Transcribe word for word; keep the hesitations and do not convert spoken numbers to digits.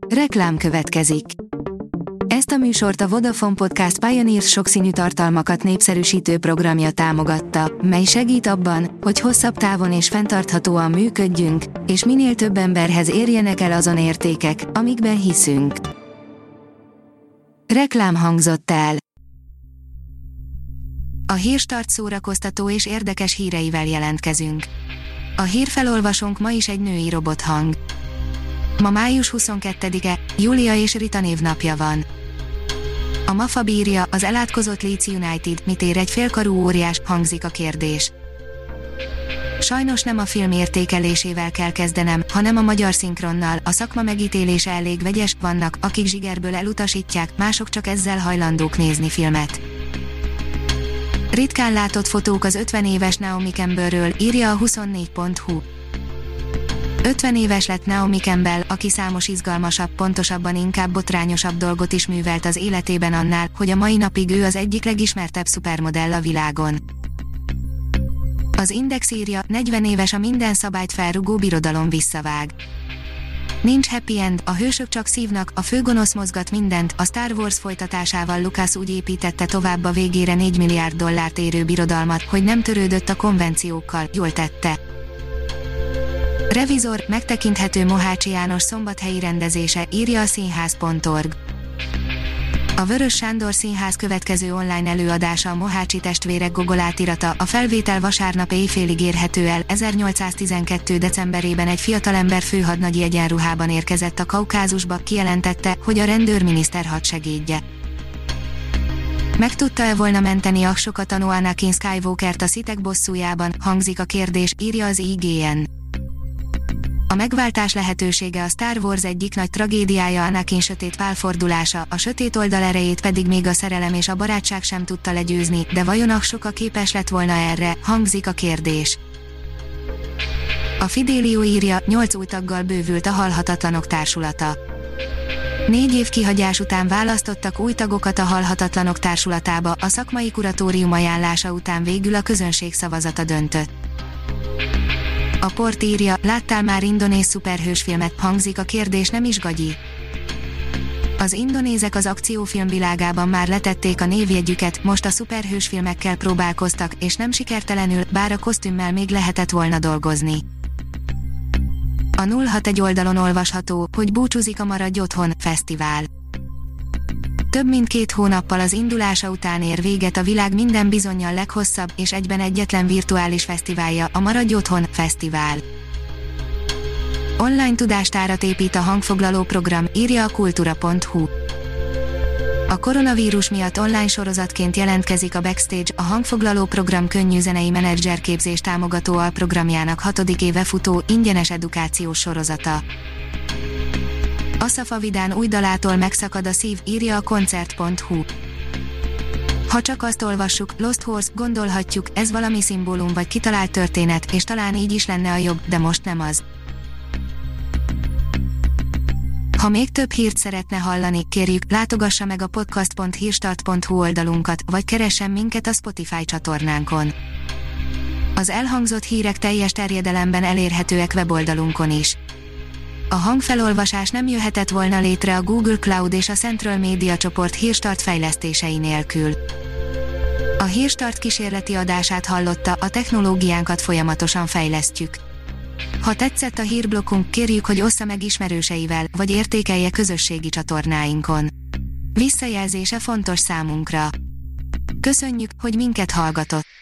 Reklám következik. Ezt a műsort a Vodafone Podcast Pioneers sokszínű tartalmakat népszerűsítő programja támogatta, mely segít abban, hogy hosszabb távon és fenntarthatóan működjünk, és minél több emberhez érjenek el azon értékek, amikben hiszünk. Reklám hangzott el. A Hírstart szórakoztató és érdekes híreivel jelentkezünk. A hírfelolvasónk ma is egy női robothang. Ma május huszonkettedike, Júlia és Rita névnapja van. A MAFA bírja, az elátkozott Leeds United, mit ér egy félkarú óriás, hangzik a kérdés. Sajnos nem a film értékelésével kell kezdenem, hanem a magyar szinkronnal, a szakma megítélése elég vegyes, vannak, akik zsigerből elutasítják, mások csak ezzel hajlandók nézni filmet. Ritkán látott fotók az ötven éves Naomi Campbellről, írja a huszonnégy pont hu. ötven éves lett Naomi Campbell, aki számos izgalmasabb, pontosabban inkább botrányosabb dolgot is művelt az életében annál, hogy a mai napig ő az egyik legismertebb szupermodell a világon. Az Index írja, negyven éves a minden szabályt felrugó birodalom visszavág. Nincs happy end, a hősök csak szívnak, a főgonosz mozgat mindent, a Star Wars folytatásával Lucas úgy építette tovább a végére négy milliárd dollárt érő birodalmat, hogy nem törődött a konvenciókkal, jól tette. Revizor, megtekinthető Mohácsi János szombathelyi rendezése, írja a színház pont org. A Vörös Sándor Színház következő online előadása a Mohácsi testvérek gogolátirata, a felvétel vasárnap éjfélig érhető el, ezernyolcszáztizenkettő decemberében egy fiatalember főhadnagyi egyenruhában érkezett a Kaukázusba, kijelentette, hogy a rendőrminiszter hadsegédje. Meg tudta-e volna menteni a sokatanú Anakin Skywalkert a szitek bosszújában, hangzik a kérdés, írja az i gé en. A megváltás lehetősége a Star Wars egyik nagy tragédiája, Anakin sötét pálfordulása, a sötét oldal erejét pedig még a szerelem és a barátság sem tudta legyőzni, de vajon Ahsoka képes lett volna erre, hangzik a kérdés. A Fidelio írja, nyolc új taggal bővült a Halhatatlanok társulata. Négy év kihagyás után választottak új tagokat a Halhatatlanok társulatába, a szakmai kuratórium ajánlása után végül a közönség szavazata döntött. A Port írja, láttál már indonéz szuperhősfilmet, hangzik a kérdés, nem is gagyi. Az indonézek az akciófilm világában már letették a névjegyüket, most a szuperhősfilmekkel próbálkoztak, és nem sikertelenül, bár a kosztümmel még lehetett volna dolgozni. A nulla hatvanegy oldalon olvasható, hogy búcsúzik a Maradj Otthon fesztivál. Több mint két hónappal az indulása után ér véget a világ minden bizonnyal leghosszabb és egyben egyetlen virtuális fesztiválja, a Maradj Otthon fesztivál. Online tudástárat épít a hangfoglaló program, írja a kultúra pont hu. A koronavírus miatt online sorozatként jelentkezik a Backstage, a hangfoglaló program könnyű zenei menedzserképzés támogató alprogramjának hatodik éve futó, ingyenes edukációs sorozata. Asaf Avidán új dalától megszakad a szív, írja a koncert pont hu. Ha csak azt olvassuk, Lost Horse, gondolhatjuk, ez valami szimbólum vagy kitalált történet, és talán így is lenne a jobb, de most nem az. Ha még több hírt szeretne hallani, kérjük, látogassa meg a podcast pont hírstart pont hu oldalunkat, vagy keressen minket a Spotify csatornánkon. Az elhangzott hírek teljes terjedelemben elérhetőek weboldalunkon is. A hangfelolvasás nem jöhetett volna létre a Google Cloud és a Central Media csoport Hírstart fejlesztései nélkül. A Hírstart kísérleti adását hallotta, a technológiánkat folyamatosan fejlesztjük. Ha tetszett a hírblokkunk, kérjük, hogy ossza meg ismerőseivel, vagy értékelje közösségi csatornáinkon. Visszajelzése fontos számunkra. Köszönjük, hogy minket hallgatott!